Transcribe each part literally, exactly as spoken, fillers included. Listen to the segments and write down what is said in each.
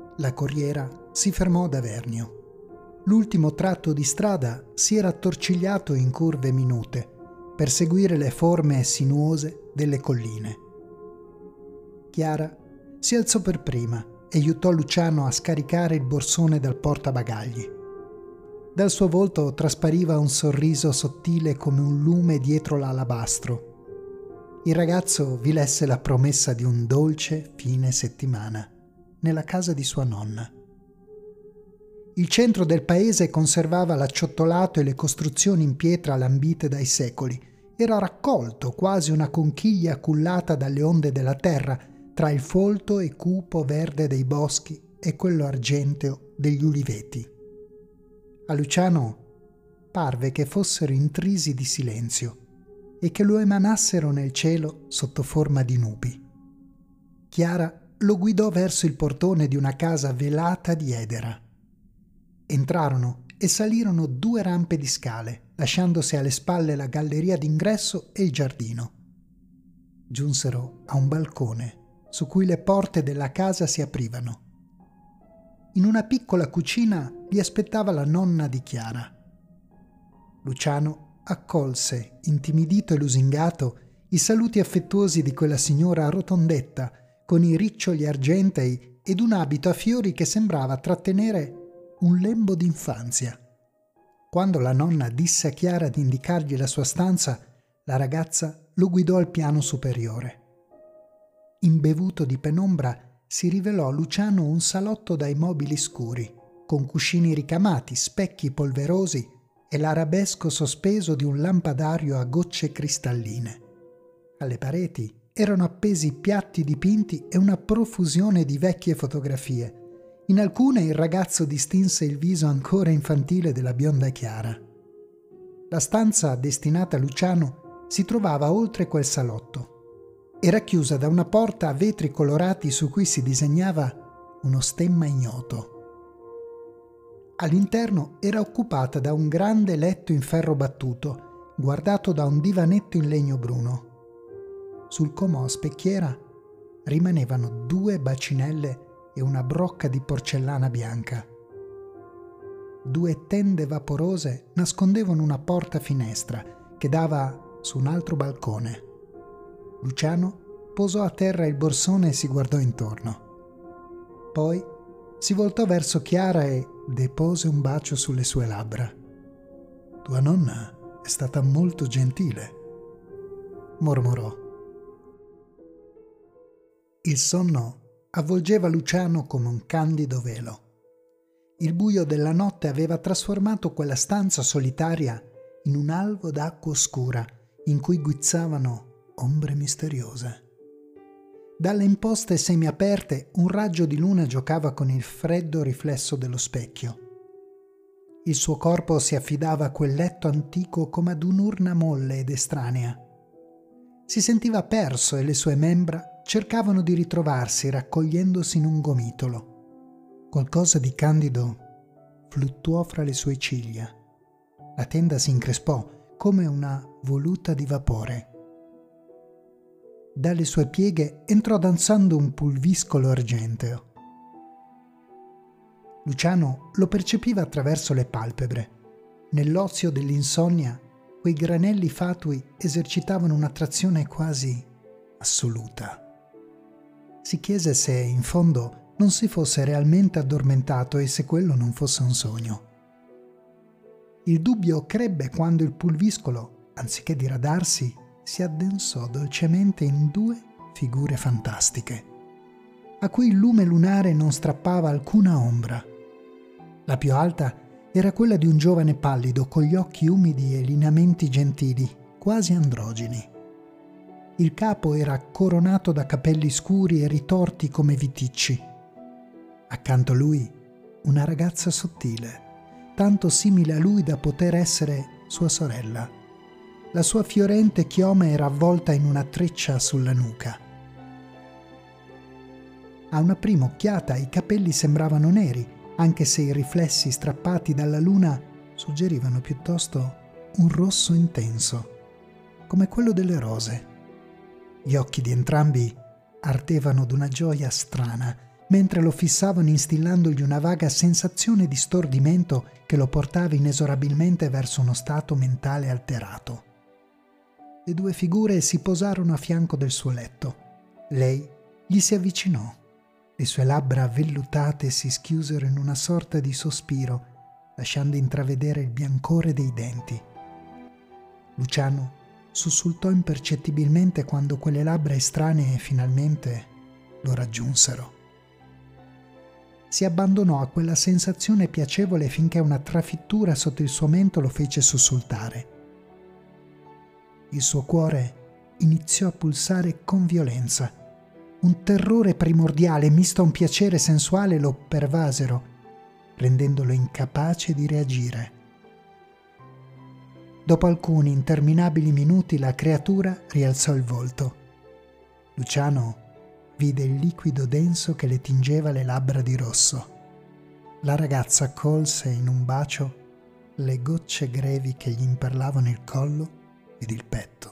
La corriera si fermò ad Avernio. L'ultimo tratto di strada si era attorcigliato in curve minute per seguire le forme sinuose delle colline. Chiara si alzò per prima e aiutò Luciano a scaricare il borsone dal portabagagli. Dal suo volto traspariva un sorriso sottile come un lume dietro l'alabastro. Il ragazzo vi lesse la promessa di un dolce fine settimana nella casa di sua nonna. Il centro del paese conservava l'acciottolato e le costruzioni in pietra lambite dai secoli. Era raccolto quasi una conchiglia cullata dalle onde della terra tra il folto e cupo verde dei boschi e quello argenteo degli uliveti. A Luciano parve che fossero intrisi di silenzio e che lo emanassero nel cielo sotto forma di nubi. Chiara lo guidò verso il portone di una casa velata di edera. Entrarono e salirono due rampe di scale, lasciandosi alle spalle la galleria d'ingresso e il giardino. Giunsero a un balcone su cui le porte della casa si aprivano. In una piccola cucina li aspettava la nonna di Chiara. Luciano accolse, intimidito e lusingato, i saluti affettuosi di quella signora arrotondetta, con i riccioli argentei ed un abito a fiori che sembrava trattenere un lembo d'infanzia. Quando la nonna disse a Chiara di indicargli la sua stanza, la ragazza lo guidò al piano superiore. Imbevuto di penombra, si rivelò a Luciano un salotto dai mobili scuri, con cuscini ricamati, specchi polverosi e l'arabesco sospeso di un lampadario a gocce cristalline. Alle pareti erano appesi piatti dipinti e una profusione di vecchie fotografie. In alcune il ragazzo distinse il viso ancora infantile della bionda Chiara. La stanza destinata a Luciano si trovava oltre quel salotto. Era chiusa da una porta a vetri colorati su cui si disegnava uno stemma ignoto. All'interno era occupata da un grande letto in ferro battuto, guardato da un divanetto in legno bruno. Sul comò a specchiera rimanevano due bacinelle e una brocca di porcellana bianca. Due tende vaporose nascondevano una porta-finestra che dava su un altro balcone. Luciano posò a terra il borsone e si guardò intorno. Poi si voltò verso Chiara e depose un bacio sulle sue labbra. «Tua nonna è stata molto gentile», mormorò. Il sonno avvolgeva Luciano come un candido velo. Il buio della notte aveva trasformato quella stanza solitaria in un alvo d'acqua oscura in cui guizzavano ombre misteriose. Dalle imposte semiaperte un raggio di luna giocava con il freddo riflesso dello specchio. Il suo corpo si affidava a quel letto antico come ad un'urna molle ed estranea. Si sentiva perso e le sue membra cercavano di ritrovarsi raccogliendosi in un gomitolo. Qualcosa di candido fluttuò fra le sue ciglia. La tenda si increspò come una voluta di vapore. Dalle sue pieghe entrò danzando un pulviscolo argenteo. Luciano lo percepiva attraverso le palpebre. Nell'ozio dell'insonnia, quei granelli fatui esercitavano un'attrazione quasi assoluta. Si chiese se, in fondo, non si fosse realmente addormentato e se quello non fosse un sogno. Il dubbio crebbe quando il pulviscolo, anziché diradarsi, si addensò dolcemente in due figure fantastiche, a cui il lume lunare non strappava alcuna ombra. La più alta era quella di un giovane pallido con gli occhi umidi e lineamenti gentili, quasi androgini. Il capo era coronato da capelli scuri e ritorti come viticci. Accanto a lui una ragazza sottile, tanto simile a lui da poter essere sua sorella. La sua fiorente chioma era avvolta in una treccia sulla nuca. A una prima occhiata i capelli sembravano neri, anche se i riflessi strappati dalla luna suggerivano piuttosto un rosso intenso, come quello delle rose. Gli occhi di entrambi ardevano d'una gioia strana, mentre lo fissavano instillandogli una vaga sensazione di stordimento che lo portava inesorabilmente verso uno stato mentale alterato. Le due figure si posarono a fianco del suo letto. Lei gli si avvicinò. Le sue labbra vellutate si schiusero in una sorta di sospiro, lasciando intravedere il biancore dei denti. Luciano sussultò impercettibilmente quando quelle labbra estranee finalmente lo raggiunsero. Si abbandonò a quella sensazione piacevole finché una trafittura sotto il suo mento lo fece sussultare. Il suo cuore iniziò a pulsare con violenza. Un terrore primordiale misto a un piacere sensuale lo pervasero, rendendolo incapace di reagire. Dopo alcuni interminabili minuti la creatura rialzò il volto. Luciano vide il liquido denso che le tingeva le labbra di rosso. La ragazza colse in un bacio le gocce grevi che gli imperlavano il collo ed il petto.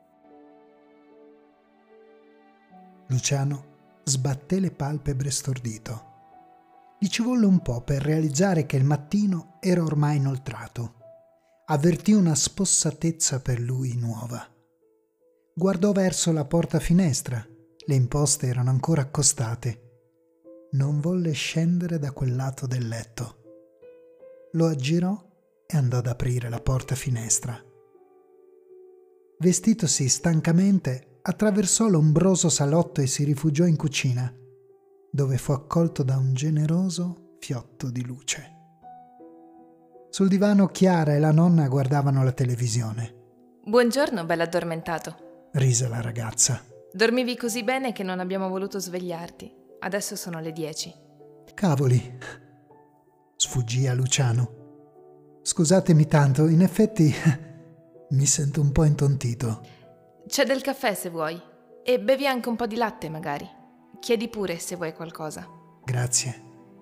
Luciano sbatté le palpebre stordito. Gli ci volle un po' per realizzare che il mattino era ormai inoltrato. Avvertì una spossatezza per lui nuova. Guardò verso la porta finestra. Le imposte erano ancora accostate. Non volle scendere da quel lato del letto. Lo aggirò e andò ad aprire la porta finestra. Vestitosi stancamente, attraversò l'ombroso salotto e si rifugiò in cucina, dove fu accolto da un generoso fiotto di luce. Sul divano Chiara e la nonna guardavano la televisione. «Buongiorno, bell'addormentato», rise la ragazza. «Dormivi così bene che non abbiamo voluto svegliarti. Adesso sono le dieci». «Cavoli», sfuggì a Luciano. «Scusatemi tanto, in effetti mi sento un po' intontito». «C'è del caffè se vuoi. E bevi anche un po' di latte magari. Chiedi pure se vuoi qualcosa». «Grazie».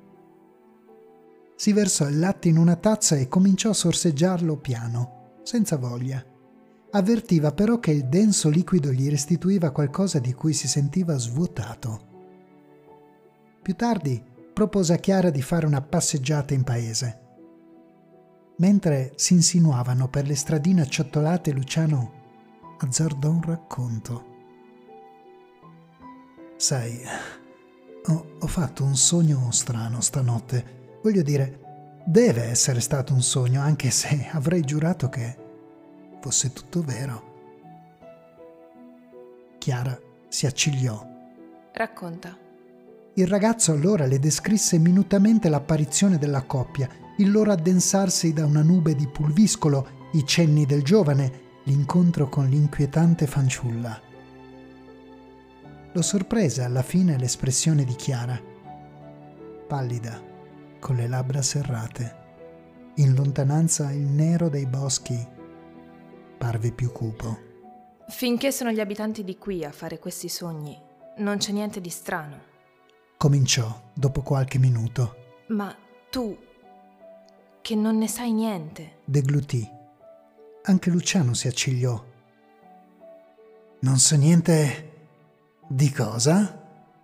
Si versò il latte in una tazza e cominciò a sorseggiarlo piano, senza voglia. Avvertiva però che il denso liquido gli restituiva qualcosa di cui si sentiva svuotato. Più tardi propose a Chiara di fare una passeggiata in paese. Mentre si insinuavano per le stradine acciottolate, Luciano azzardò un racconto. «Sai, ho, ho fatto un sogno strano stanotte. Voglio dire, deve essere stato un sogno, anche se avrei giurato che fosse tutto vero». Chiara si accigliò. «Racconta». Il ragazzo allora le descrisse minutamente l'apparizione della coppia, il loro addensarsi da una nube di pulviscolo, i cenni del giovane, l'incontro con l'inquietante fanciulla. Lo sorprese alla fine l'espressione di Chiara. Pallida, con le labbra serrate. In lontananza il nero dei boschi parve più cupo. «Finché sono gli abitanti di qui a fare questi sogni, non c'è niente di strano». Cominciò dopo qualche minuto. «Ma tu, che non ne sai niente». Deglutì. Anche Luciano si accigliò. «Non so niente di cosa?»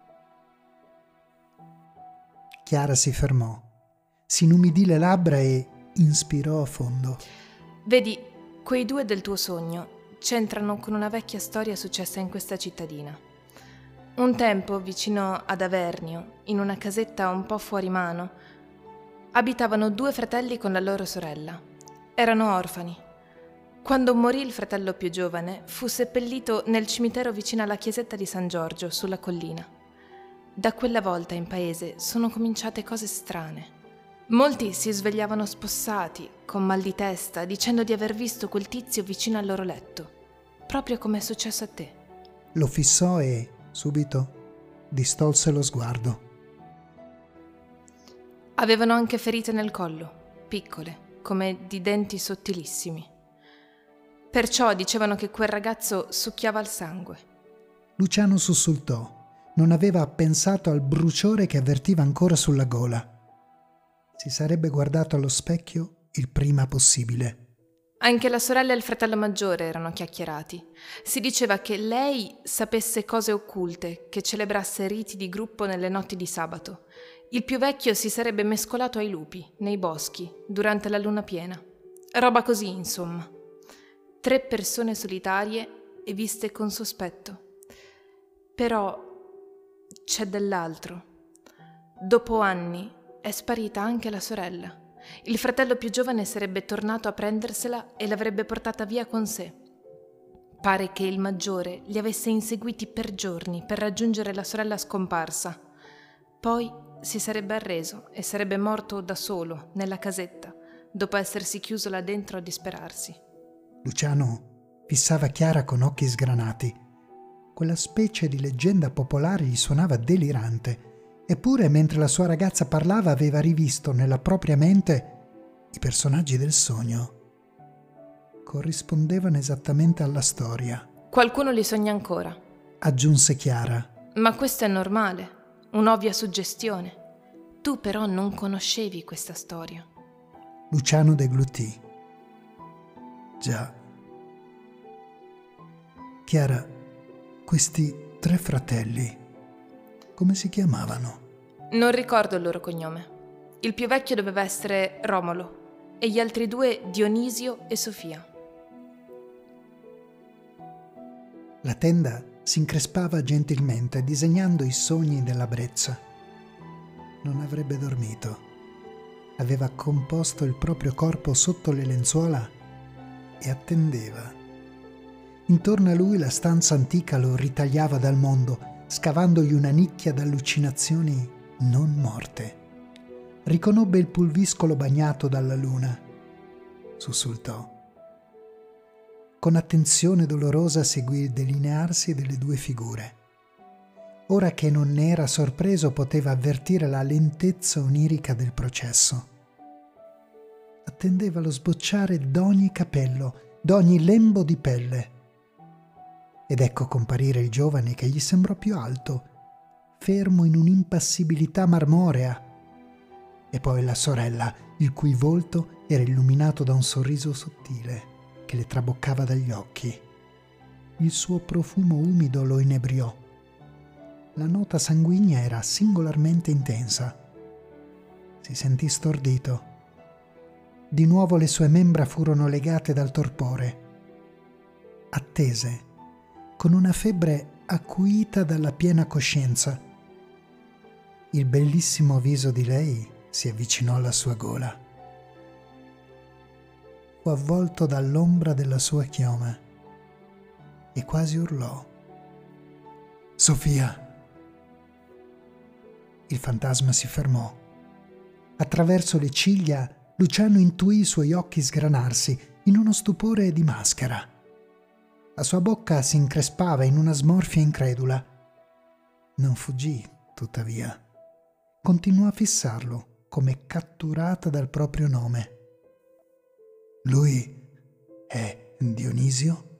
Chiara si fermò, si inumidì le labbra e inspirò a fondo. «Vedi, quei due del tuo sogno c'entrano con una vecchia storia successa in questa cittadina. Un tempo, vicino ad Avernio, in una casetta un po' fuori mano, abitavano due fratelli con la loro sorella. Erano orfani. Quando morì il fratello più giovane, fu seppellito nel cimitero vicino alla chiesetta di San Giorgio, sulla collina. Da quella volta in paese sono cominciate cose strane. Molti si svegliavano spossati, con mal di testa, dicendo di aver visto quel tizio vicino al loro letto, proprio come è successo a te». Lo fissò e, subito, distolse lo sguardo. Avevano anche ferite nel collo, piccole, come di denti sottilissimi. Perciò dicevano che quel ragazzo succhiava il sangue. Luciano sussultò. Non aveva pensato al bruciore che avvertiva ancora sulla gola. Si sarebbe guardato allo specchio il prima possibile. Anche la sorella e il fratello maggiore erano chiacchierati. Si diceva che lei sapesse cose occulte, che celebrasse riti di gruppo nelle notti di sabato. Il più vecchio si sarebbe mescolato ai lupi, nei boschi, durante la luna piena. Roba così, insomma. Tre persone solitarie e viste con sospetto. Però c'è dell'altro. Dopo anni è sparita anche la sorella. Il fratello più giovane sarebbe tornato a prendersela e l'avrebbe portata via con sé. Pare che il maggiore li avesse inseguiti per giorni per raggiungere la sorella scomparsa. Poi si sarebbe arreso e sarebbe morto da solo nella casetta, dopo essersi chiuso là dentro a disperarsi. Luciano fissava Chiara con occhi sgranati. Quella specie di leggenda popolare gli suonava delirante. Eppure, mentre la sua ragazza parlava, aveva rivisto nella propria mente i personaggi del sogno. Corrispondevano esattamente alla storia. Qualcuno li sogna ancora, aggiunse Chiara. Ma questo è normale, un'ovvia suggestione. Tu però non conoscevi questa storia. Luciano deglutì. Già. Chiara, questi tre fratelli, come si chiamavano? Non ricordo il loro cognome. Il più vecchio doveva essere Romolo e gli altri due Dionisio e Sofia. La tenda si increspava gentilmente, disegnando i sogni della brezza. Non avrebbe dormito. Aveva composto il proprio corpo sotto le lenzuola e attendeva. Intorno a lui la stanza antica lo ritagliava dal mondo, scavandogli una nicchia d'allucinazioni non morte. Riconobbe il pulviscolo bagnato dalla luna. Sussultò. Con attenzione dolorosa seguì il delinearsi delle due figure. Ora che non ne era sorpreso, poteva avvertire la lentezza onirica del processo. Attendeva lo sbocciare d'ogni capello, d'ogni lembo di pelle. Ed ecco comparire il giovane che gli sembrò più alto, fermo in un'impassibilità marmorea, e poi la sorella, il cui volto era illuminato da un sorriso sottile che le traboccava dagli occhi. Il suo profumo umido lo inebriò. La nota sanguigna era singolarmente intensa. Si sentì stordito. Di nuovo le sue membra furono legate dal torpore. Attese, con una febbre acuita dalla piena coscienza. Il bellissimo viso di lei si avvicinò alla sua gola. Fu avvolto dall'ombra della sua chioma e quasi urlò. Sofia! Il fantasma si fermò. Attraverso le ciglia Luciano intuì i suoi occhi sgranarsi in uno stupore di maschera. La sua bocca si increspava in una smorfia incredula. Non fuggì, tuttavia. Continuò a fissarlo, come catturata dal proprio nome. Lui è Dionisio?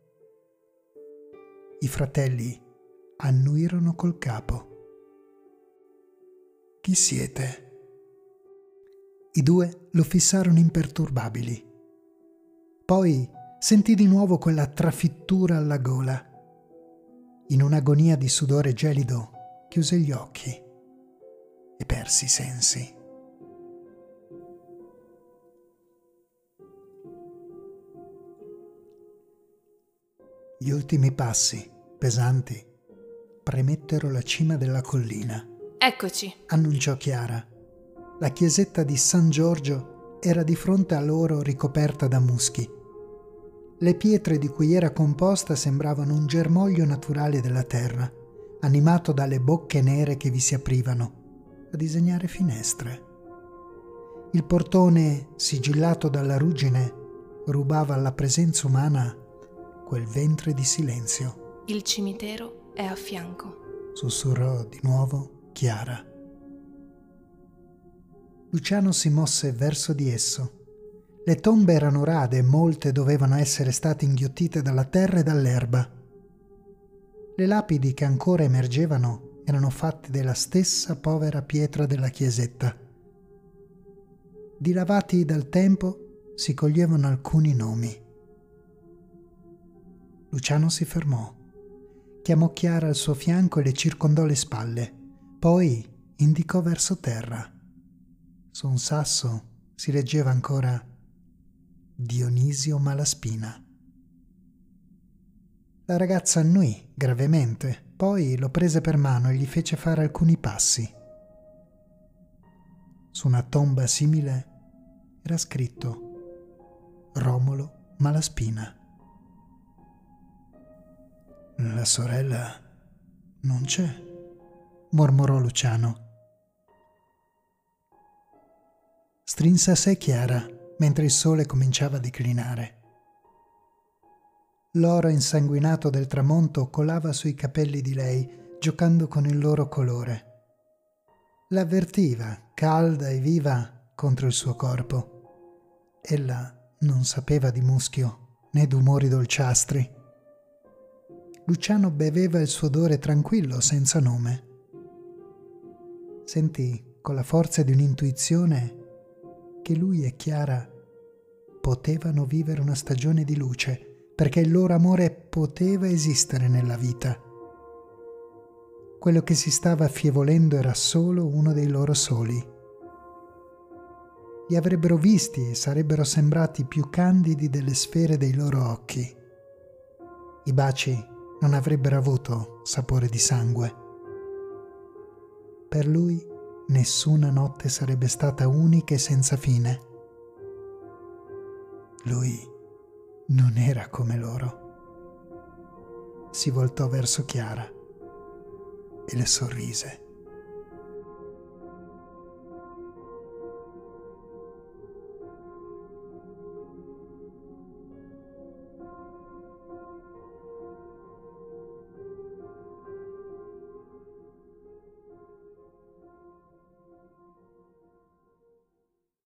I fratelli annuirono col capo. Chi siete? I due lo fissarono imperturbabili. Poi sentì di nuovo quella trafittura alla gola. In un'agonia di sudore gelido chiuse gli occhi e perse i sensi. Gli ultimi passi, pesanti, premettero la cima della collina. Eccoci, annunciò Chiara. La chiesetta di San Giorgio era di fronte a loro ricoperta da muschi. Le pietre di cui era composta sembravano un germoglio naturale della terra, animato dalle bocche nere che vi si aprivano, a disegnare finestre. Il portone, sigillato dalla ruggine, rubava alla presenza umana quel ventre di silenzio. Il cimitero è a fianco, sussurrò di nuovo Chiara. Luciano si mosse verso di esso. Le tombe erano rade e molte dovevano essere state inghiottite dalla terra e dall'erba. Le lapidi che ancora emergevano erano fatte della stessa povera pietra della chiesetta. Dilavati dal tempo, si coglievano alcuni nomi. Luciano si fermò, chiamò Chiara al suo fianco e le circondò le spalle, poi indicò verso terra. Su un sasso si leggeva ancora Dionisio Malaspina. La ragazza annui gravemente, poi lo prese per mano e gli fece fare alcuni passi. Su una tomba simile era scritto Romolo Malaspina. La sorella non c'è, mormorò Luciano. Strinse a sé Chiara mentre il sole cominciava a declinare. L'oro insanguinato del tramonto colava sui capelli di lei, giocando con il loro colore. L'avvertiva, calda e viva, contro il suo corpo. Ella non sapeva di muschio né d'umori dolciastri. Luciano beveva il suo odore tranquillo, senza nome. Sentì, con la forza di un'intuizione, che lui e Chiara potevano vivere una stagione di luce, perché il loro amore poteva esistere nella vita. Quello che si stava affievolendo era solo uno dei loro soli. Li avrebbero visti e sarebbero sembrati più candidi delle sfere dei loro occhi. I baci non avrebbero avuto sapore di sangue. Per lui nessuna notte sarebbe stata unica e senza fine. Lui non era come loro. Si voltò verso Chiara e le sorrise.